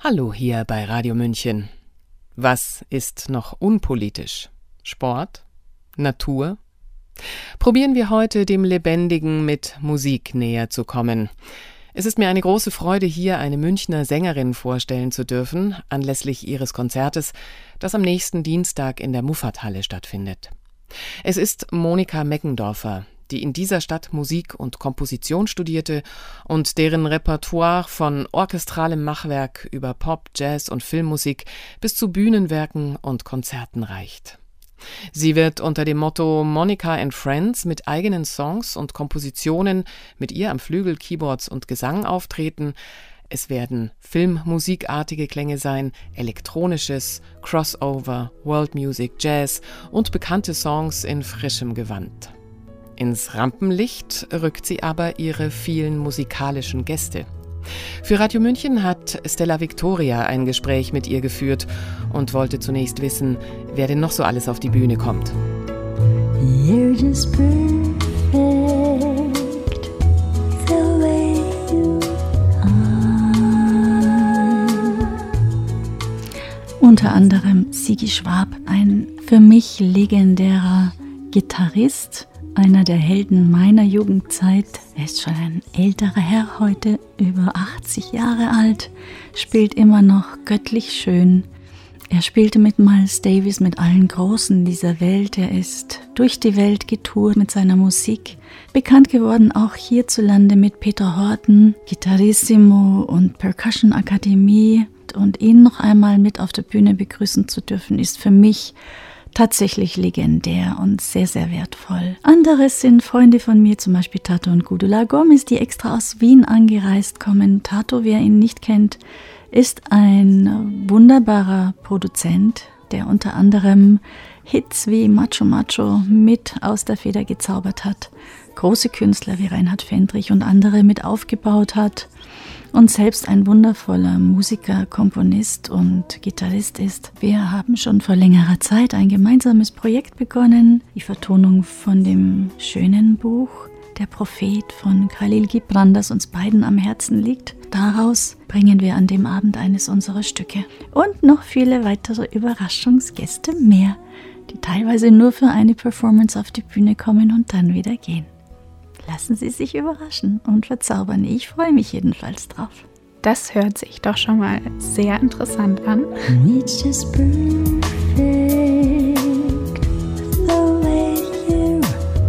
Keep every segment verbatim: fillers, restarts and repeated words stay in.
Hallo hier bei Radio München. Was ist noch unpolitisch? Sport? Natur? Probieren wir heute dem Lebendigen mit Musik näher zu kommen. Es ist mir eine große Freude, hier eine Münchner Sängerin vorstellen zu dürfen, anlässlich ihres Konzertes, das am nächsten Dienstag in der Muffathalle stattfindet. Es ist Monika Meggendorfer, die in dieser Stadt Musik und Komposition studierte und deren Repertoire von orchestralem Machwerk über Pop, Jazz und Filmmusik bis zu Bühnenwerken und Konzerten reicht. Sie wird unter dem Motto Monica and Friends mit eigenen Songs und Kompositionen mit ihr am Flügel, Keyboards und Gesang auftreten. Es werden filmmusikartige Klänge sein, elektronisches, Crossover, World Music, Jazz und bekannte Songs in frischem Gewand. Ins Rampenlicht rückt sie aber ihre vielen musikalischen Gäste. Für Radio München hat Stella Victoria ein Gespräch mit ihr geführt und wollte zunächst wissen, wer denn noch so alles auf die Bühne kommt. You're just perfect, the way you are. Unter anderem Sigi Schwab, ein für mich legendärer Gitarrist, einer der Helden meiner Jugendzeit. Er ist schon ein älterer Herr heute, über achtzig Jahre alt, spielt immer noch göttlich schön. Er spielte mit Miles Davis, mit allen Großen dieser Welt. Er ist durch die Welt getourt mit seiner Musik. Bekannt geworden auch hierzulande mit Peter Horten, Gitarrissimo und Percussion Akademie. Und ihn noch einmal mit auf der Bühne begrüßen zu dürfen, ist für mich tatsächlich legendär und sehr, sehr wertvoll. Anderes sind Freunde von mir, zum Beispiel Tato und Gudula Gomez, die extra aus Wien angereist kommen. Tato, wer ihn nicht kennt, ist ein wunderbarer Produzent, der unter anderem Hits wie Macho Macho mit aus der Feder gezaubert hat, große Künstler wie Reinhard Fendrich und andere mit aufgebaut hat und selbst ein wundervoller Musiker, Komponist und Gitarrist ist. Wir haben schon vor längerer Zeit ein gemeinsames Projekt begonnen, die Vertonung von dem schönen Buch Der Prophet von Khalil Gibran, das uns beiden am Herzen liegt. Daraus bringen wir an dem Abend eines unserer Stücke und noch viele weitere Überraschungsgäste mehr, die teilweise nur für eine Performance auf die Bühne kommen und dann wieder gehen. Lassen Sie sich überraschen und verzaubern. Ich freue mich jedenfalls drauf. Das hört sich doch schon mal sehr interessant an. It's just perfect, the way your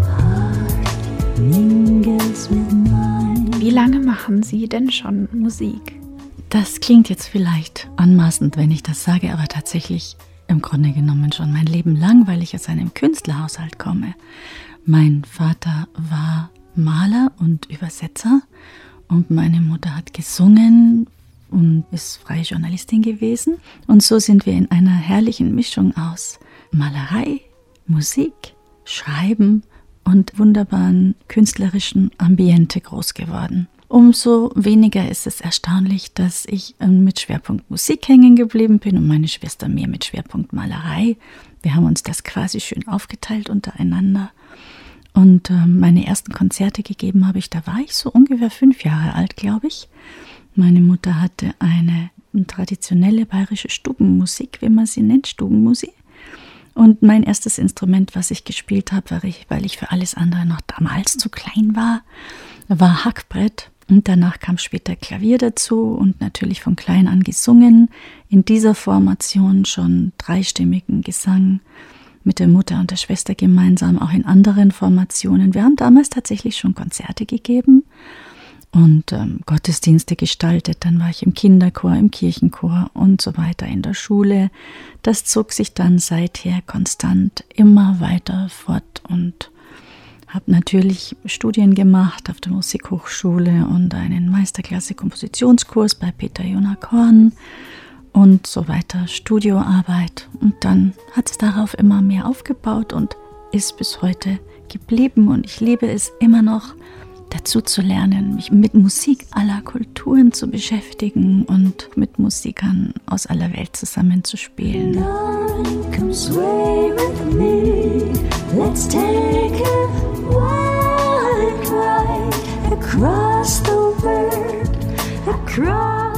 heart mingles with mine. Wie lange machen Sie denn schon Musik? Das klingt jetzt vielleicht anmaßend, wenn ich das sage, aber tatsächlich im Grunde genommen schon mein Leben lang, weil ich aus einem Künstlerhaushalt komme. Mein Vater war Maler und Übersetzer und meine Mutter hat gesungen und ist freie Journalistin gewesen. Und so sind wir in einer herrlichen Mischung aus Malerei, Musik, Schreiben und wunderbaren künstlerischen Ambiente groß geworden. Umso weniger ist es erstaunlich, dass ich mit Schwerpunkt Musik hängen geblieben bin und meine Schwester mehr mit Schwerpunkt Malerei. Wir haben uns das quasi schön aufgeteilt untereinander. Und äh, meine ersten Konzerte gegeben habe ich, da war ich so ungefähr fünf Jahre alt, glaube ich. Meine Mutter hatte eine, eine traditionelle bayerische Stubenmusik, wie man sie nennt, Stubenmusik. Und mein erstes Instrument, was ich gespielt habe, weil ich, weil ich für alles andere noch damals zu klein war, war Hackbrett. Und danach kam später Klavier dazu und natürlich von klein an gesungen. In dieser Formation schon dreistimmigen Gesang mit der Mutter und der Schwester gemeinsam, auch in anderen Formationen. Wir haben damals tatsächlich schon Konzerte gegeben und ähm, Gottesdienste gestaltet. Dann war ich im Kinderchor, im Kirchenchor und so weiter in der Schule. Das zog sich dann seither konstant immer weiter fort und habe natürlich Studien gemacht auf der Musikhochschule und einen Meisterklasse-Kompositionskurs bei Peter Jonah Korn und so weiter, Studioarbeit. Und dann hat es darauf immer mehr aufgebaut und ist bis heute geblieben. Und ich liebe es immer noch, dazu zu lernen, mich mit Musik aller Kulturen zu beschäftigen und mit Musikern aus aller Welt zusammenzuspielen. Come sway with me. Let's take a wild ride across the world, across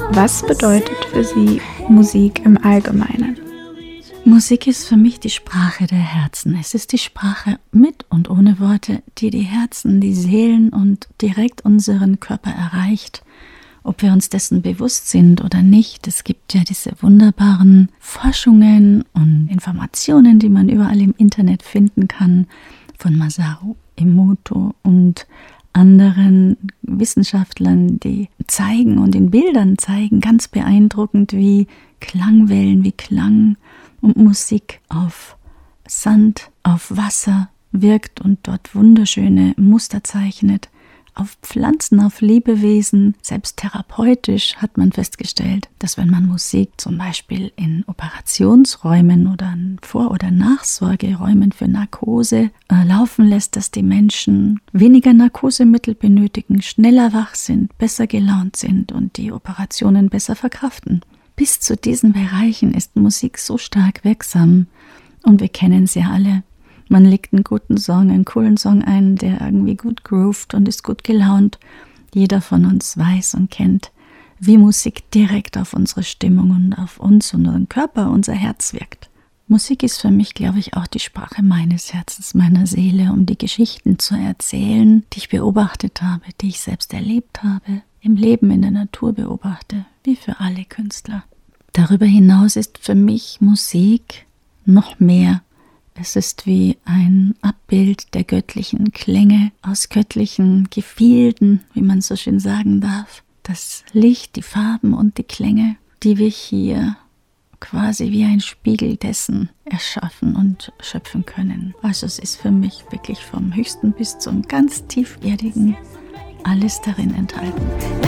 Was bedeutet für Sie Musik im Allgemeinen? Musik ist für mich die Sprache der Herzen. Es ist die Sprache mit und ohne Worte, die die Herzen, die Seelen und direkt unseren Körper erreicht, ob wir uns dessen bewusst sind oder nicht. Es gibt ja diese wunderbaren Forschungen und Informationen, die man überall im Internet finden kann, von Masaru Emoto und anderen Wissenschaftlern, die zeigen und in Bildern zeigen, ganz beeindruckend, wie Klangwellen, wie Klang und Musik auf Sand, auf Wasser wirkt und dort wunderschöne Muster zeichnet, auf Pflanzen, auf Lebewesen. Selbst therapeutisch hat man festgestellt, dass wenn man Musik zum Beispiel in Operationsräumen oder in Vor- oder Nachsorgeräumen für Narkose äh, laufen lässt, dass die Menschen weniger Narkosemittel benötigen, schneller wach sind, besser gelaunt sind und die Operationen besser verkraften. Bis zu diesen Bereichen ist Musik so stark wirksam und wir kennen sie alle. Man legt einen guten Song, einen coolen Song ein, der irgendwie gut groovt und ist gut gelaunt. Jeder von uns weiß und kennt, wie Musik direkt auf unsere Stimmung und auf uns, unseren Körper, unser Herz wirkt. Musik ist für mich, glaube ich, auch die Sprache meines Herzens, meiner Seele, um die Geschichten zu erzählen, die ich beobachtet habe, die ich selbst erlebt habe, im Leben, in der Natur beobachte, wie für alle Künstler. Darüber hinaus ist für mich Musik noch mehr. Es ist wie ein Abbild der göttlichen Klänge aus göttlichen Gefilden, wie man so schön sagen darf. Das Licht, die Farben und die Klänge, die wir hier quasi wie ein Spiegel dessen erschaffen und schöpfen können. Also es ist für mich wirklich vom Höchsten bis zum ganz Tieferdigen alles darin enthalten.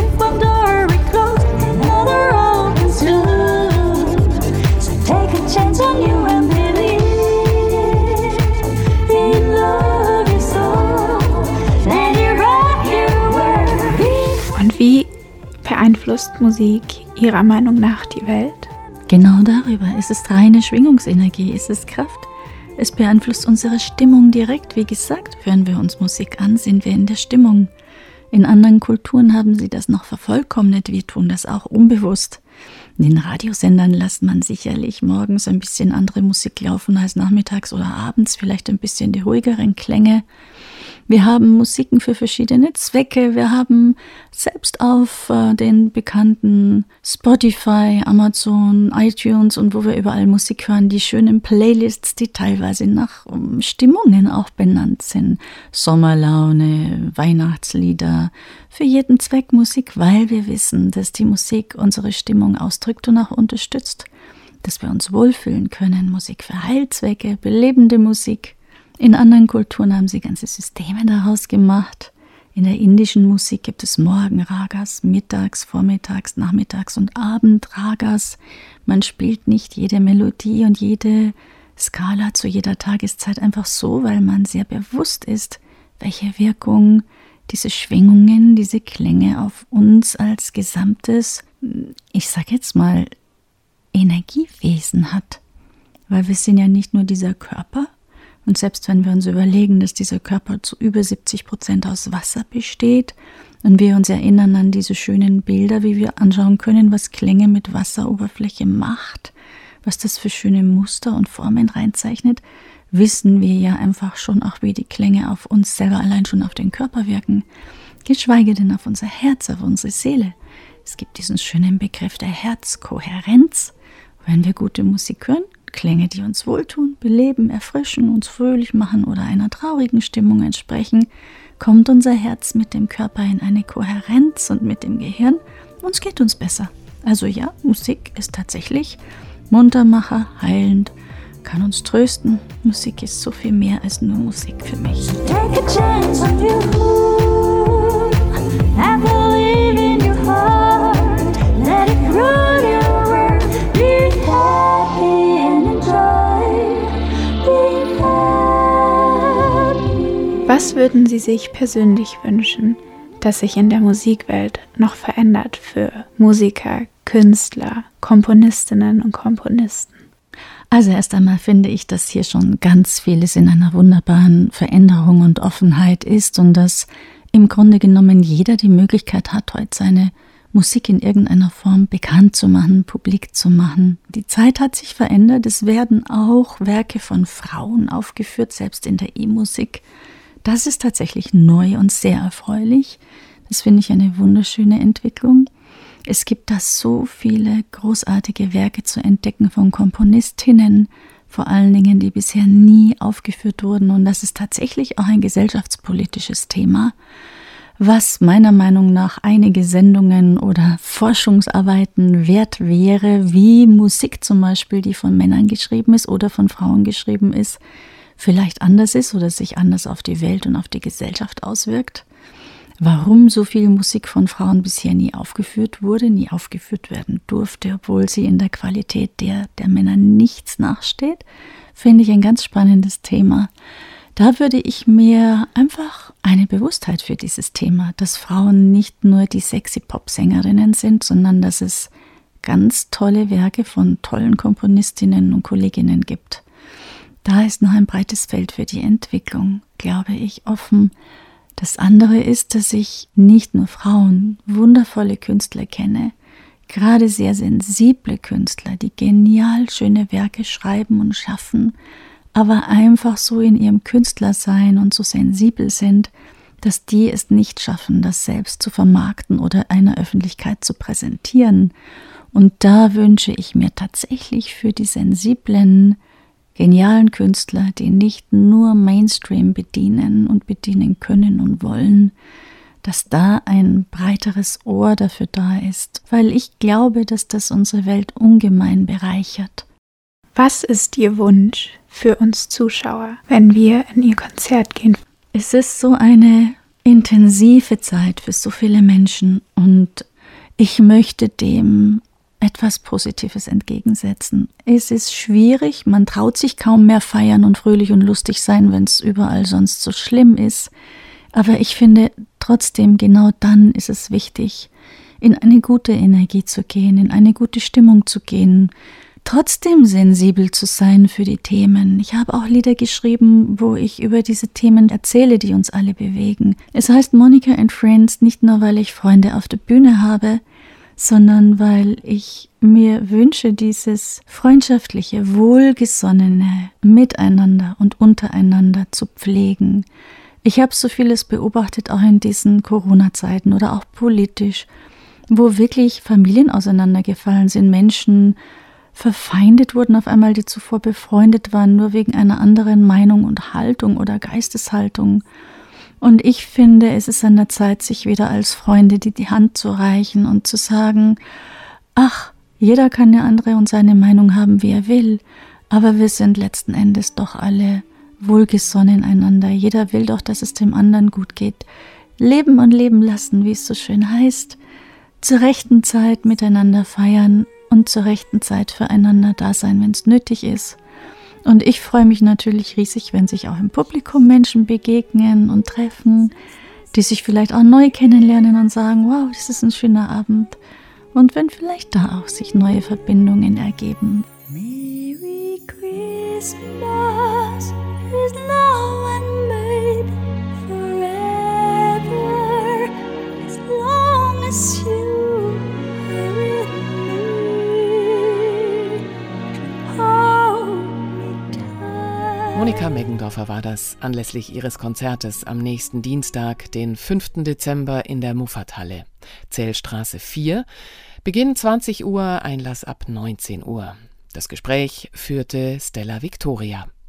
Und wie beeinflusst Musik Ihrer Meinung nach die Welt? Genau darüber. Es ist reine Schwingungsenergie, es ist Kraft. Es beeinflusst unsere Stimmung direkt. Wie gesagt, hören wir uns Musik an, sind wir in der Stimmung. In anderen Kulturen haben sie das noch vervollkommnet. Wir tun das auch unbewusst. In den Radiosendern lässt man sicherlich morgens ein bisschen andere Musik laufen als nachmittags oder abends, vielleicht ein bisschen die ruhigeren Klänge. Wir haben Musiken für verschiedene Zwecke. Wir haben selbst auf äh, den bekannten Spotify, Amazon, iTunes und wo wir überall Musik hören, die schönen Playlists, die teilweise nach um, Stimmungen auch benannt sind. Sommerlaune, Weihnachtslieder, für jeden Zweck Musik, weil wir wissen, dass die Musik unsere Stimmung ausdrückt und auch unterstützt. Dass wir uns wohlfühlen können. Musik für Heilzwecke, belebende Musik. In anderen Kulturen haben sie ganze Systeme daraus gemacht. In der indischen Musik gibt es Morgenragas, Mittags-, Vormittags-, Nachmittags- und Abendragas. Man spielt nicht jede Melodie und jede Skala zu jeder Tageszeit einfach so, weil man sehr bewusst ist, welche Wirkung diese Schwingungen, diese Klänge auf uns als gesamtes, ich sag jetzt mal, Energiewesen hat. Weil wir sind ja nicht nur dieser Körper, und selbst wenn wir uns überlegen, dass dieser Körper zu über siebzig Prozent aus Wasser besteht und wir uns erinnern an diese schönen Bilder, wie wir anschauen können, was Klänge mit Wasseroberfläche macht, was das für schöne Muster und Formen reinzeichnet, wissen wir ja einfach schon auch, wie die Klänge auf uns selber allein schon auf den Körper wirken, geschweige denn auf unser Herz, auf unsere Seele. Es gibt diesen schönen Begriff der Herzkohärenz. Wenn wir gute Musik hören, Klänge, die uns wohltun, beleben, erfrischen, uns fröhlich machen oder einer traurigen Stimmung entsprechen, kommt unser Herz mit dem Körper in eine Kohärenz und mit dem Gehirn, uns geht uns besser. Also ja, Musik ist tatsächlich Muntermacher, heilend, kann uns trösten. Musik ist so viel mehr als nur Musik für mich. Take a chance on you and believe in your heart. Let it rule your world. Be happy and enjoy. Be happy. Was würden Sie sich persönlich wünschen, dass sich in der Musikwelt noch verändert für Musiker, Künstler, Komponistinnen und Komponisten? Also erst einmal finde ich, dass hier schon ganz vieles in einer wunderbaren Veränderung und Offenheit ist und dass im Grunde genommen jeder die Möglichkeit hat, heute seine Musik in irgendeiner Form bekannt zu machen, publik zu machen. Die Zeit hat sich verändert. Es werden auch Werke von Frauen aufgeführt, selbst in der E-Musik. Das ist tatsächlich neu und sehr erfreulich. Das finde ich eine wunderschöne Entwicklung. Es gibt da so viele großartige Werke zu entdecken von Komponistinnen, vor allen Dingen, die bisher nie aufgeführt wurden. Und das ist tatsächlich auch ein gesellschaftspolitisches Thema, was meiner Meinung nach einige Sendungen oder Forschungsarbeiten wert wäre, wie Musik zum Beispiel, die von Männern geschrieben ist oder von Frauen geschrieben ist, vielleicht anders ist oder sich anders auf die Welt und auf die Gesellschaft auswirkt. Warum so viel Musik von Frauen bisher nie aufgeführt wurde, nie aufgeführt werden durfte, obwohl sie in der Qualität der, der Männer nichts nachsteht, finde ich ein ganz spannendes Thema. Da würde ich mir einfach eine Bewusstheit für dieses Thema, dass Frauen nicht nur die sexy Pop-Sängerinnen sind, sondern dass es ganz tolle Werke von tollen Komponistinnen und Kolleginnen gibt. Da ist noch ein breites Feld für die Entwicklung, glaube ich, offen. Das andere ist, dass ich nicht nur Frauen, wundervolle Künstler kenne, gerade sehr sensible Künstler, die genial schöne Werke schreiben und schaffen, aber einfach so in ihrem Künstlersein und so sensibel sind, dass die es nicht schaffen, das selbst zu vermarkten oder einer Öffentlichkeit zu präsentieren. Und da wünsche ich mir tatsächlich für die sensiblen, genialen Künstler, die nicht nur Mainstream bedienen und bedienen können und wollen, dass da ein breiteres Ohr dafür da ist, weil ich glaube, dass das unsere Welt ungemein bereichert. Was ist Ihr Wunsch für uns Zuschauer, wenn wir in Ihr Konzert gehen? Es ist so eine intensive Zeit für so viele Menschen und ich möchte dem etwas Positives entgegensetzen. Es ist schwierig, man traut sich kaum mehr feiern und fröhlich und lustig sein, wenn es überall sonst so schlimm ist. Aber ich finde trotzdem, genau dann ist es wichtig, in eine gute Energie zu gehen, in eine gute Stimmung zu gehen, trotzdem sensibel zu sein für die Themen. Ich habe auch Lieder geschrieben, wo ich über diese Themen erzähle, die uns alle bewegen. Es heißt Monica and Friends nicht nur, weil ich Freunde auf der Bühne habe, sondern weil ich mir wünsche, dieses freundschaftliche, wohlgesonnene Miteinander und untereinander zu pflegen. Ich habe so vieles beobachtet, auch in diesen Corona-Zeiten oder auch politisch, wo wirklich Familien auseinandergefallen sind, Menschen verfeindet wurden auf einmal, die zuvor befreundet waren, nur wegen einer anderen Meinung und Haltung oder Geisteshaltung. Und ich finde, es ist an der Zeit, sich wieder als Freunde die, die Hand zu reichen und zu sagen, ach, jeder kann eine andere und seine Meinung haben, wie er will, aber wir sind letzten Endes doch alle wohlgesonnen einander. Jeder will doch, dass es dem anderen gut geht. Leben und leben lassen, wie es so schön heißt. Zur rechten Zeit miteinander feiern und zur rechten Zeit füreinander da sein, wenn es nötig ist. Und ich freue mich natürlich riesig, wenn sich auch im Publikum Menschen begegnen und treffen, die sich vielleicht auch neu kennenlernen und sagen, wow, das ist ein schöner Abend. Und wenn vielleicht da auch sich neue Verbindungen ergeben. Merry Christmas is now and made forever, as long as you are with me, to hold me tight. Monika Meggendorfer war das anlässlich ihres Konzertes am nächsten Dienstag, den fünften Dezember in der Muffathalle, Zellstraße vier. Beginn zwanzig Uhr, Einlass ab neunzehn Uhr. Das Gespräch führte Stella Victoria.